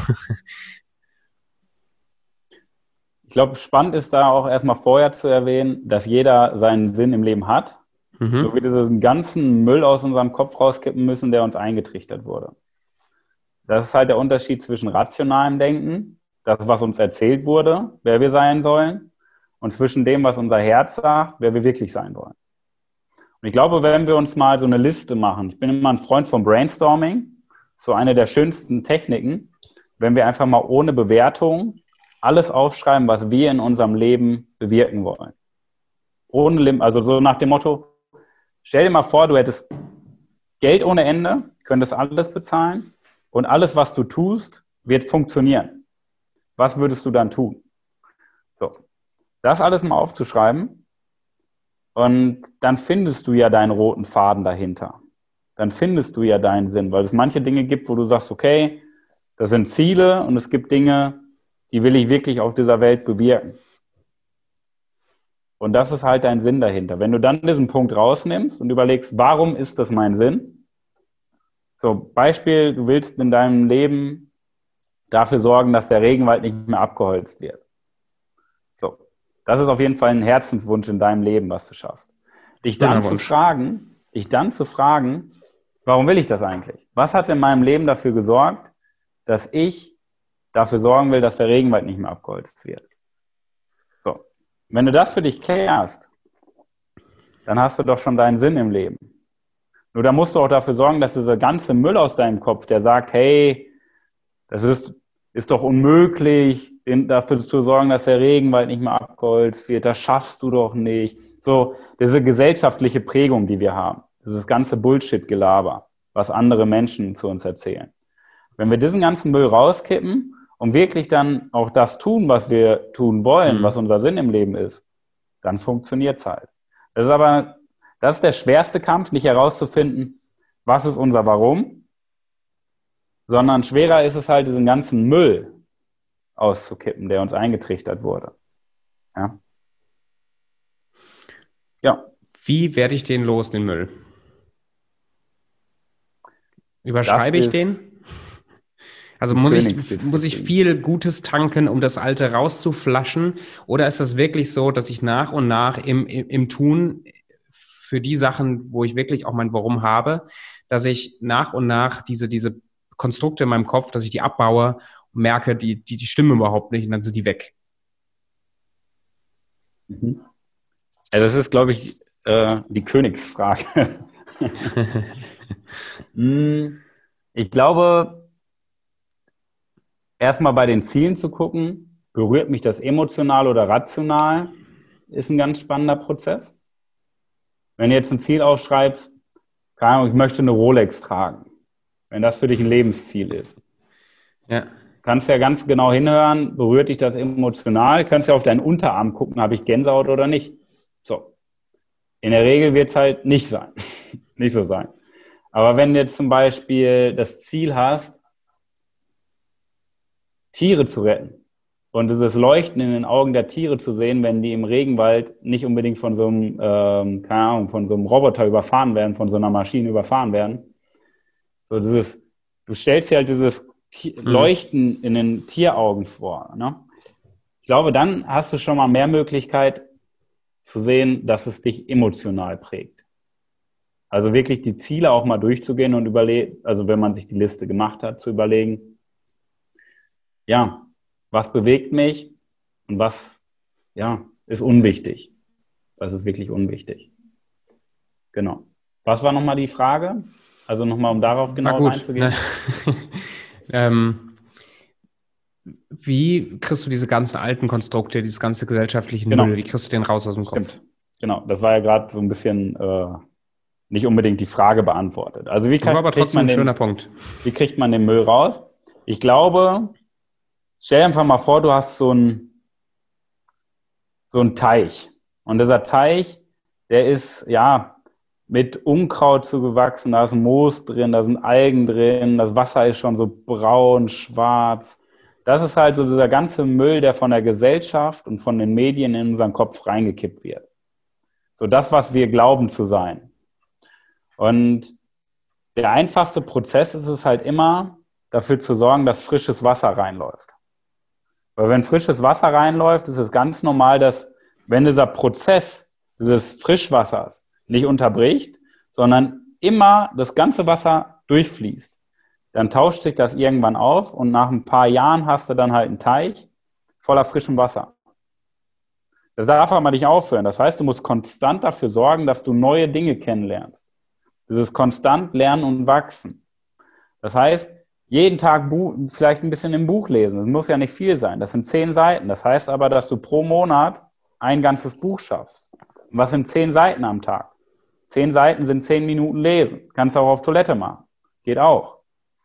Ich glaube, spannend ist da auch erstmal vorher zu erwähnen, dass jeder seinen Sinn im Leben hat. So wir diesen ganzen Müll aus unserem Kopf rauskippen müssen, der uns eingetrichtert wurde. Das ist halt der Unterschied zwischen rationalem Denken, das, was uns erzählt wurde, wer wir sein sollen, und zwischen dem, was unser Herz sagt, wer wir wirklich sein wollen. Und ich glaube, wenn wir uns mal so eine Liste machen, ich bin immer ein Freund von Brainstorming, so eine der schönsten Techniken, wenn wir einfach mal ohne Bewertung alles aufschreiben, was wir in unserem Leben bewirken wollen. Also so nach dem Motto, stell dir mal vor, du hättest Geld ohne Ende, könntest alles bezahlen und alles, was du tust, wird funktionieren. Was würdest du dann tun? So, das alles mal aufzuschreiben und dann findest du ja deinen roten Faden dahinter. Dann findest du ja deinen Sinn, weil es manche Dinge gibt, wo du sagst, okay, das sind Ziele und es gibt Dinge, die will ich wirklich auf dieser Welt bewirken. Und das ist halt dein Sinn dahinter. Wenn du dann diesen Punkt rausnimmst und überlegst, warum ist das mein Sinn? So, Beispiel, du willst in deinem Leben dafür sorgen, dass der Regenwald nicht mehr abgeholzt wird. So, das ist auf jeden Fall ein Herzenswunsch in deinem Leben, was du schaffst. Dich dann zu fragen, warum will ich das eigentlich? Was hat in meinem Leben dafür gesorgt, dass ich dafür sorgen will, dass der Regenwald nicht mehr abgeholzt wird? So, wenn du das für dich klärst, dann hast du doch schon deinen Sinn im Leben. Nur da musst du auch dafür sorgen, dass dieser ganze Müll aus deinem Kopf, der sagt, hey, das ist doch unmöglich, dafür zu sorgen, dass der Regenwald nicht mehr abgeholzt wird, das schaffst du doch nicht. So, diese gesellschaftliche Prägung, die wir haben, dieses ganze Bullshit-Gelaber, was andere Menschen zu uns erzählen. Wenn wir diesen ganzen Müll rauskippen und wirklich dann auch das tun, was wir tun wollen, was unser Sinn im Leben ist, dann funktioniert es halt. Das ist der schwerste Kampf, nicht herauszufinden, was ist unser Warum, sondern schwerer ist es halt, diesen ganzen Müll auszukippen, der uns eingetrichtert wurde. Ja. Ja. Wie werde ich den los, den Müll? Überschreibe ich den? Also muss ich viel Gutes tanken, um das Alte rauszuflaschen? Oder ist das wirklich so, dass ich nach und nach im Tun für die Sachen, wo ich wirklich auch mein Warum habe, dass ich nach und nach diese Konstrukte in meinem Kopf, dass ich die abbaue und merke, die stimmen überhaupt nicht und dann sind die weg? Also das ist, glaube ich, die Königsfrage. Ich glaube, erstmal bei den Zielen zu gucken, berührt mich das emotional oder rational, ist ein ganz spannender Prozess. Wenn du jetzt ein Ziel aufschreibst, keine Ahnung, ich möchte eine Rolex tragen, wenn das für dich ein Lebensziel ist. Ja. Kannst ja ganz genau hinhören, berührt dich das emotional, kannst ja auf deinen Unterarm gucken, habe ich Gänsehaut oder nicht. So. In der Regel wird es halt nicht sein. Nicht so sein. Aber wenn du jetzt zum Beispiel das Ziel hast, Tiere zu retten und dieses Leuchten in den Augen der Tiere zu sehen, wenn die im Regenwald nicht unbedingt von so einem, keine Ahnung, von so einem Roboter überfahren werden, von so einer Maschine überfahren werden. So dieses, du stellst dir halt dieses Leuchten in den Tieraugen vor. Ne? Ich glaube, dann hast du schon mal mehr Möglichkeit zu sehen, dass es dich emotional prägt. Also wirklich die Ziele auch mal durchzugehen und überlegen, also wenn man sich die Liste gemacht hat, zu überlegen, ja, was bewegt mich und was, ja, ist unwichtig. Was ist wirklich unwichtig? Genau. Was war nochmal die Frage? Also nochmal, um darauf genau einzugehen. Wie kriegst du diese ganzen alten Konstrukte, dieses ganze gesellschaftliche Müll, wie kriegst du den raus aus dem Kopf? Genau, das war ja gerade so ein bisschen nicht unbedingt die Frage beantwortet. Also wie aber trotzdem ein schöner Punkt. Wie kriegt man den Müll raus? Ich glaube, stell dir einfach mal vor, du hast so einen Teich. Und dieser Teich, der ist ja mit Unkraut zugewachsen, da ist Moos drin, da sind Algen drin, das Wasser ist schon so braun, schwarz. Das ist halt so dieser ganze Müll, der von der Gesellschaft und von den Medien in unseren Kopf reingekippt wird. So das, was wir glauben zu sein. Und der einfachste Prozess ist es halt immer, dafür zu sorgen, dass frisches Wasser reinläuft. Weil wenn frisches Wasser reinläuft, ist es ganz normal, dass wenn dieser Prozess dieses Frischwassers nicht unterbricht, sondern immer das ganze Wasser durchfließt, dann tauscht sich das irgendwann auf und nach ein paar Jahren hast du dann halt einen Teich voller frischem Wasser. Das darf aber nicht aufhören. Das heißt, du musst konstant dafür sorgen, dass du neue Dinge kennenlernst. Dieses konstant Lernen und Wachsen. Das heißt, jeden Tag vielleicht ein bisschen im Buch lesen. Das muss ja nicht viel sein. Das sind 10 Seiten. Das heißt aber, dass du pro Monat ein ganzes Buch schaffst. Und was sind 10 Seiten am Tag? 10 Seiten sind 10 Minuten lesen. Kannst du auch auf Toilette machen. Geht auch.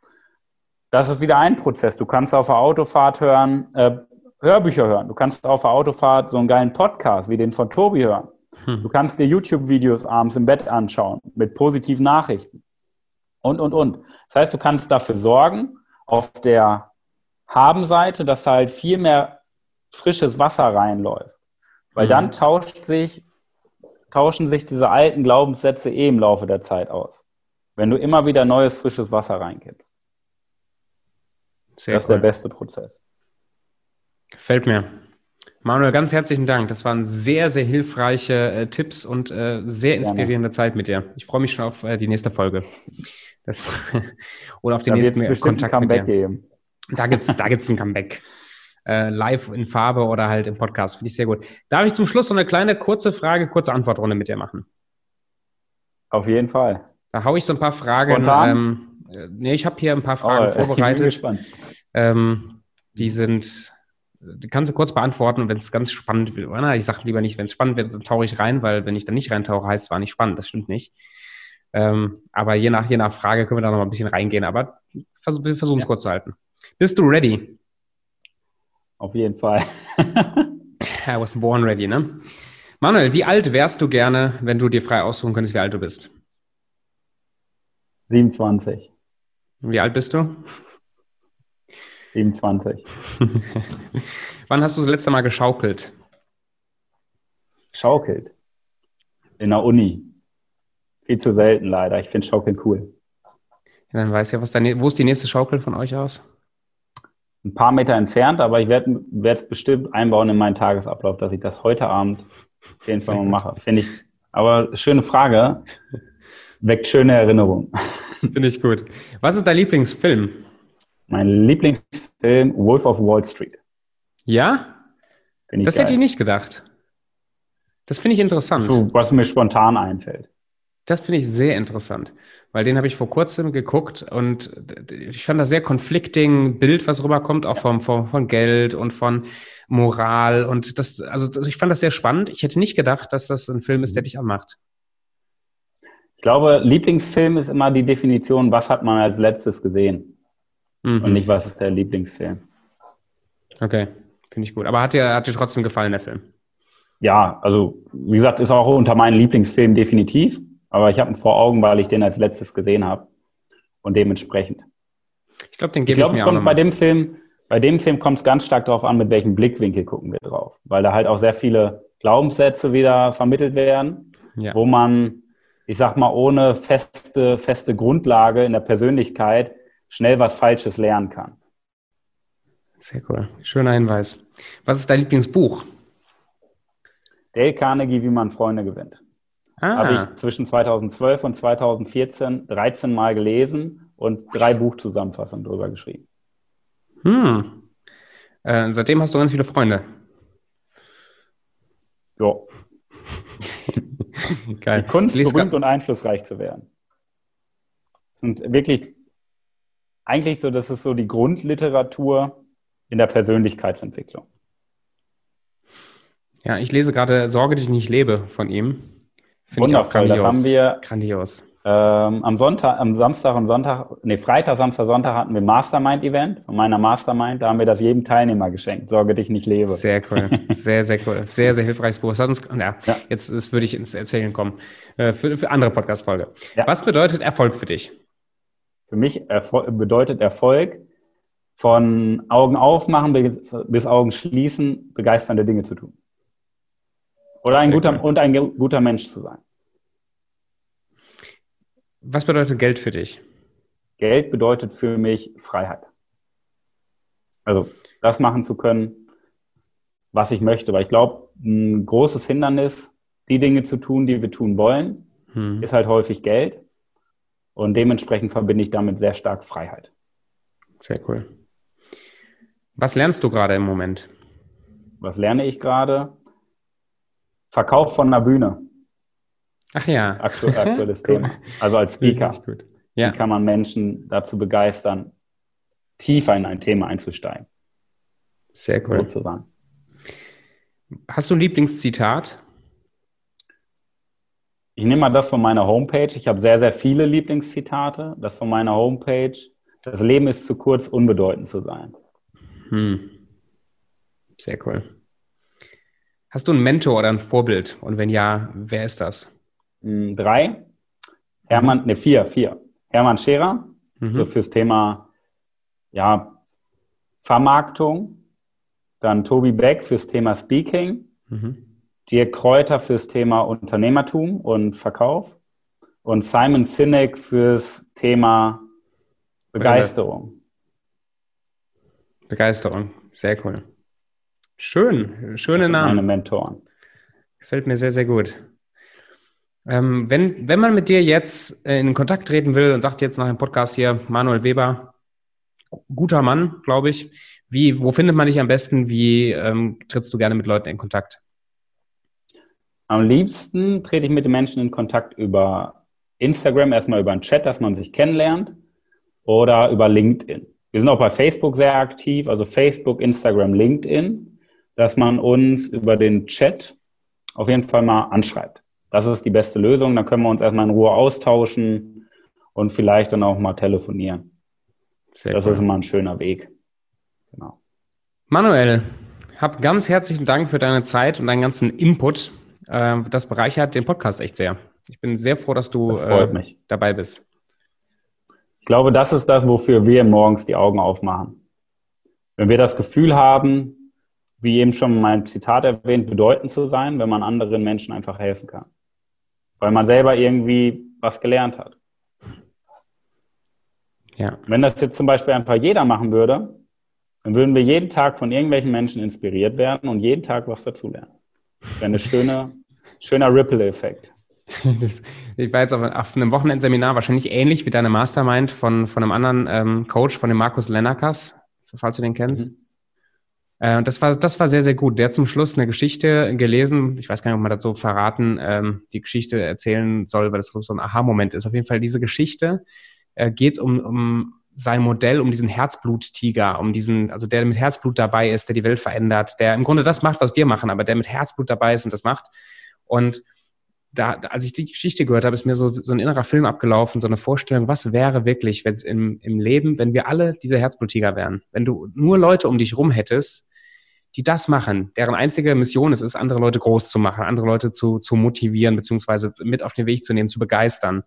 Das ist wieder ein Prozess. Du kannst auf der Autofahrt Hörbücher hören. Du kannst auf der Autofahrt so einen geilen Podcast wie den von Tobi hören. Du kannst dir YouTube-Videos abends im Bett anschauen mit positiven Nachrichten. Und. Das heißt, du kannst dafür sorgen, auf der Haben-Seite, dass halt viel mehr frisches Wasser reinläuft. Weil dann tauschen sich diese alten Glaubenssätze im Laufe der Zeit aus. Wenn du immer wieder neues, frisches Wasser reinkippst. Das ist der beste Prozess. Gefällt mir. Manuel, ganz herzlichen Dank. Das waren sehr, sehr hilfreiche Tipps und sehr inspirierende Zeit mit dir. Ich freue mich schon auf die nächste Folge. Oder auf den nächsten Kontakt mit dir. Geben. Da gibt's ein Comeback. Live in Farbe oder halt im Podcast. Finde ich sehr gut. Darf ich zum Schluss so eine kleine, kurze Frage, kurze Antwortrunde mit dir machen? Auf jeden Fall. Da haue ich so ein paar Fragen. Ich habe hier ein paar Fragen vorbereitet. Ich bin gespannt. Die kannst du kurz beantworten und wenn es ganz spannend wird, ich sage lieber nicht, wenn es spannend wird, dann tauche ich rein, weil wenn ich dann nicht reintauche, heißt es war nicht spannend. Das stimmt nicht. Aber je nach Frage können wir da noch mal ein bisschen reingehen. Aber wir versuchen es kurz zu halten. Bist du ready? Auf jeden Fall. I was born ready, ne? Manuel, wie alt wärst du gerne, wenn du dir frei aussuchen könntest, wie alt du bist? 27. Wie alt bist du? 27. Wann hast du das letzte Mal geschaukelt? Geschaukelt? In der Uni. Viel zu selten leider. Ich finde Schaukeln cool. Ja, dann weiß ja, wo ist die nächste Schaukel von euch aus? Ein paar Meter entfernt, aber ich werde es bestimmt einbauen in meinen Tagesablauf, dass ich das heute Abend auf jeden Fall mal mache. Finde ich. Aber schöne Frage. Weckt schöne Erinnerungen. Finde ich gut. Was ist dein Lieblingsfilm? Mein Lieblingsfilm Wolf of Wall Street. Ja? Das hätte ich nicht gedacht. Das finde ich interessant. So, was mir spontan einfällt. Das finde ich sehr interessant, weil den habe ich vor kurzem geguckt und ich fand das sehr conflicting Bild, was rüberkommt, auch von Geld und von Moral und also ich fand das sehr spannend. Ich hätte nicht gedacht, dass das ein Film ist, der dich anmacht. Ich glaube, Lieblingsfilm ist immer die Definition, was hat man als letztes gesehen und nicht, was ist der Lieblingsfilm. Okay, finde ich gut. Aber hat dir trotzdem gefallen, der Film? Ja, also wie gesagt, ist auch unter meinen Lieblingsfilmen definitiv, aber ich habe ihn vor Augen, weil ich den als letztes gesehen habe und dementsprechend. Ich glaube, den gebe ich mir auch noch mal. Bei dem Film kommt es ganz stark darauf an, mit welchem Blickwinkel gucken wir drauf, weil da halt auch sehr viele Glaubenssätze wieder vermittelt werden, wo man, ich sag mal, ohne feste Grundlage in der Persönlichkeit schnell was Falsches lernen kann. Sehr cool. Schöner Hinweis. Was ist dein Lieblingsbuch? Dale Carnegie, wie man Freunde gewinnt. Habe ich zwischen 2012 und 2014 13 Mal gelesen und 3 Buchzusammenfassungen drüber geschrieben. Seitdem hast du ganz viele Freunde. Ja. Geil. Die Kunst, berühmt und einflussreich zu werden. Das sind wirklich eigentlich so, das ist so die Grundliteratur in der Persönlichkeitsentwicklung. Ja, ich lese gerade Sorge, dich nicht lebe von ihm. Finde ich auch grandios. Das haben wir grandios. Freitag, Samstag, Sonntag hatten wir Mastermind-Event von meiner Mastermind. Da haben wir das jedem Teilnehmer geschenkt. Sorge, dich nicht lebe. Sehr cool. Sehr, sehr cool. Sehr, sehr hilfreiches Buch. Jetzt würde ich ins Erzählen kommen. Für andere Podcast-Folge. Ja. Was bedeutet Erfolg für dich? Für mich bedeutet Erfolg, von Augen aufmachen bis Augen schließen, begeisternde Dinge zu tun. Oder ein guter Mensch zu sein. Was bedeutet Geld für dich? Geld bedeutet für mich Freiheit. Also das machen zu können, was ich möchte. Weil ich glaube, ein großes Hindernis, die Dinge zu tun, die wir tun wollen, ist halt häufig Geld. Und dementsprechend verbinde ich damit sehr stark Freiheit. Sehr cool. Was lernst du gerade im Moment? Was lerne ich gerade? Verkauf von einer Bühne. Ach ja. Aktuelles Thema. Also als Speaker. Gut. Ja. Wie kann man Menschen dazu begeistern, tiefer in ein Thema einzusteigen? Sehr cool. Sozusagen. Hast du ein Lieblingszitat? Ich nehme mal das von meiner Homepage. Ich habe sehr, sehr viele Lieblingszitate. Das von meiner Homepage. Das Leben ist zu kurz, unbedeutend zu sein. Sehr cool. Hast du einen Mentor oder ein Vorbild? Und wenn ja, wer ist das? 3. 4. Hermann Scherer, so fürs Thema Vermarktung. Dann Tobi Beck fürs Thema Speaking. Dirk Kräuter fürs Thema Unternehmertum und Verkauf. Und Simon Sinek fürs Thema Begeisterung. Begeisterung, sehr cool. Schöne Namen. Meine Mentoren. Gefällt mir sehr, sehr gut. Wenn man mit dir jetzt in Kontakt treten will und sagt jetzt nach dem Podcast hier, Manuel Weber, guter Mann, glaube ich. Wo findet man dich am besten? Wie trittst du gerne mit Leuten in Kontakt? Am liebsten trete ich mit den Menschen in Kontakt über Instagram, erstmal über einen Chat, dass man sich kennenlernt, oder über LinkedIn. Wir sind auch bei Facebook sehr aktiv, also Facebook, Instagram, LinkedIn, dass man uns über den Chat auf jeden Fall mal anschreibt. Das ist die beste Lösung. Dann können wir uns erstmal in Ruhe austauschen und vielleicht dann auch mal telefonieren. Das ist immer ein schöner Weg. Genau. Manuel, hab ganz herzlichen Dank für deine Zeit und deinen ganzen Input. Das bereichert den Podcast echt sehr. Ich bin sehr froh, dass du dabei bist. Ich glaube, das ist das, wofür wir morgens die Augen aufmachen. Wenn wir das Gefühl haben, wie eben schon mein Zitat erwähnt, bedeutend zu sein, wenn man anderen Menschen einfach helfen kann. Weil man selber irgendwie was gelernt hat. Ja. Wenn das jetzt zum Beispiel einfach jeder machen würde, dann würden wir jeden Tag von irgendwelchen Menschen inspiriert werden und jeden Tag was dazulernen. Das wäre ein schöner Ripple-Effekt. Ich war jetzt auf einem Wochenendseminar, wahrscheinlich ähnlich wie deine Mastermind von einem anderen Coach, von dem Markus Lennakas, falls du den kennst. Das war sehr, sehr gut. Der hat zum Schluss eine Geschichte gelesen. Ich weiß gar nicht, ob man das so verraten, die Geschichte erzählen soll, weil das so ein Aha-Moment ist. Auf jeden Fall, diese Geschichte geht um sein Modell, um diesen Herzbluttiger, also der mit Herzblut dabei ist, der die Welt verändert, der im Grunde das macht, was wir machen, aber der mit Herzblut dabei ist und das macht. Und als ich die Geschichte gehört habe, ist mir so ein innerer Film abgelaufen, so eine Vorstellung, was wäre wirklich, wenn es im Leben, wenn wir alle diese Herzbluttiger wären, wenn du nur Leute um dich rum hättest, die das machen, deren einzige Mission es ist, andere Leute groß zu machen, andere Leute zu motivieren, beziehungsweise mit auf den Weg zu nehmen, zu begeistern.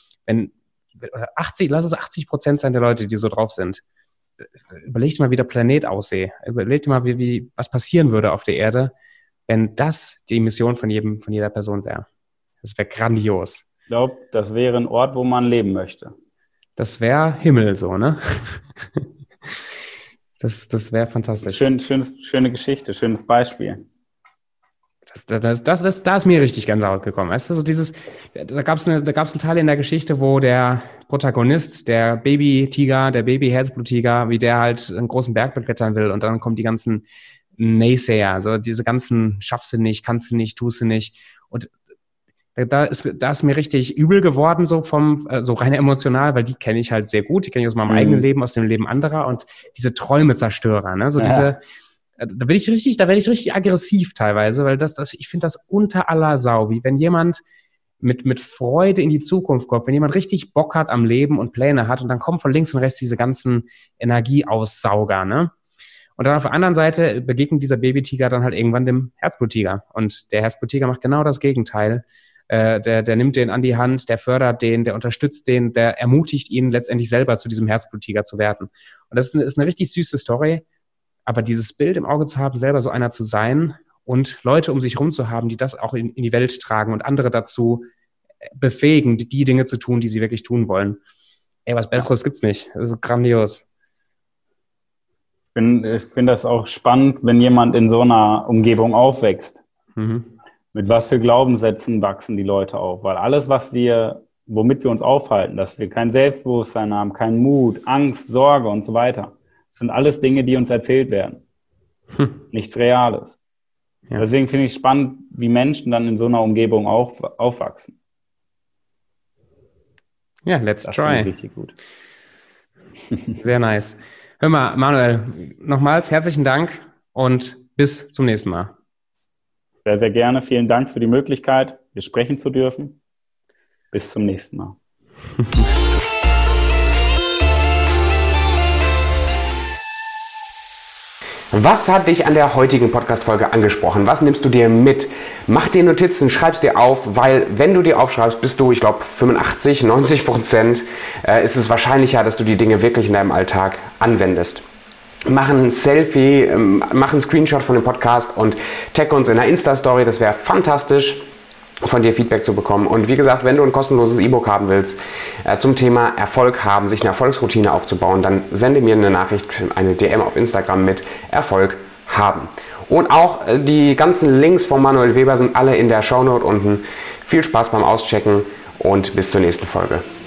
Lass es 80% sein der Leute, die so drauf sind. Überleg dir mal, wie der Planet aussehe. Überleg dir mal, was passieren würde auf der Erde, wenn das die Mission von jeder Person wäre. Das wäre grandios. Ich glaube, das wäre ein Ort, wo man leben möchte. Das wäre Himmel so, ne? Das wäre fantastisch. Schöne Geschichte, schönes Beispiel. Da ist mir richtig Gänsehaut gekommen. Weißt du, da gab's einen Teil in der Geschichte, wo der Protagonist, der Baby-Tiger, der Baby-Herzbluttiger, wie der halt einen großen Berg beklettern will und dann kommen die ganzen Naysayer, so diese ganzen schaffst du nicht, kannst du nicht, tust du nicht. Und da ist mir richtig übel geworden, so rein emotional, weil die kenne ich halt sehr gut. Die kenne ich aus meinem eigenen Leben, aus dem Leben anderer und diese Träumezerstörer, ne, da werde ich richtig aggressiv teilweise, weil ich finde das unter aller Sau, wie wenn jemand mit Freude in die Zukunft kommt, wenn jemand richtig Bock hat am Leben und Pläne hat und dann kommen von links und rechts diese ganzen Energieaussauger, ne? Und dann auf der anderen Seite begegnet dieser Babytiger dann halt irgendwann dem Herzbluttiger und der Herzbluttiger macht genau das Gegenteil. Der nimmt den an die Hand, der fördert den, der unterstützt den, der ermutigt ihn letztendlich selber zu diesem Herzbluttiger zu werden. Und das ist eine richtig süße Story. Aber dieses Bild im Auge zu haben, selber so einer zu sein und Leute um sich herum zu haben, die das auch in die Welt tragen und andere dazu befähigen, die Dinge zu tun, die sie wirklich tun wollen. Was Besseres gibt's nicht. Das ist grandios. Ich finde das auch spannend, wenn jemand in so einer Umgebung aufwächst. Mhm. Mit was für Glaubenssätzen wachsen die Leute auf? Weil alles, womit wir uns aufhalten, dass wir kein Selbstbewusstsein haben, keinen Mut, Angst, Sorge und so weiter, das sind alles Dinge, die uns erzählt werden. Nichts Reales. Ja. Deswegen finde ich spannend, wie Menschen dann in so einer Umgebung aufwachsen. Ja, let's try. Das finde ich richtig gut. Sehr nice. Hör mal, Manuel, nochmals herzlichen Dank und bis zum nächsten Mal. Sehr, sehr gerne. Vielen Dank für die Möglichkeit, hier sprechen zu dürfen. Bis zum nächsten Mal. Was hat dich an der heutigen Podcast-Folge angesprochen? Was nimmst du dir mit? Mach dir Notizen, schreib's dir auf, weil wenn du dir aufschreibst, bist du, ich glaube, 85-90% ist es wahrscheinlicher, dass du die Dinge wirklich in deinem Alltag anwendest. Mach ein Selfie, mach einen Screenshot von dem Podcast und tag uns in der Insta-Story. Das wäre fantastisch, von dir Feedback zu bekommen. Und wie gesagt, wenn du ein kostenloses E-Book haben willst zum Thema Erfolg haben, sich eine Erfolgsroutine aufzubauen, dann sende mir eine Nachricht, eine DM auf Instagram mit Erfolg haben. Und auch die ganzen Links von Manuel Weber sind alle in der Shownote unten. Viel Spaß beim Auschecken und bis zur nächsten Folge.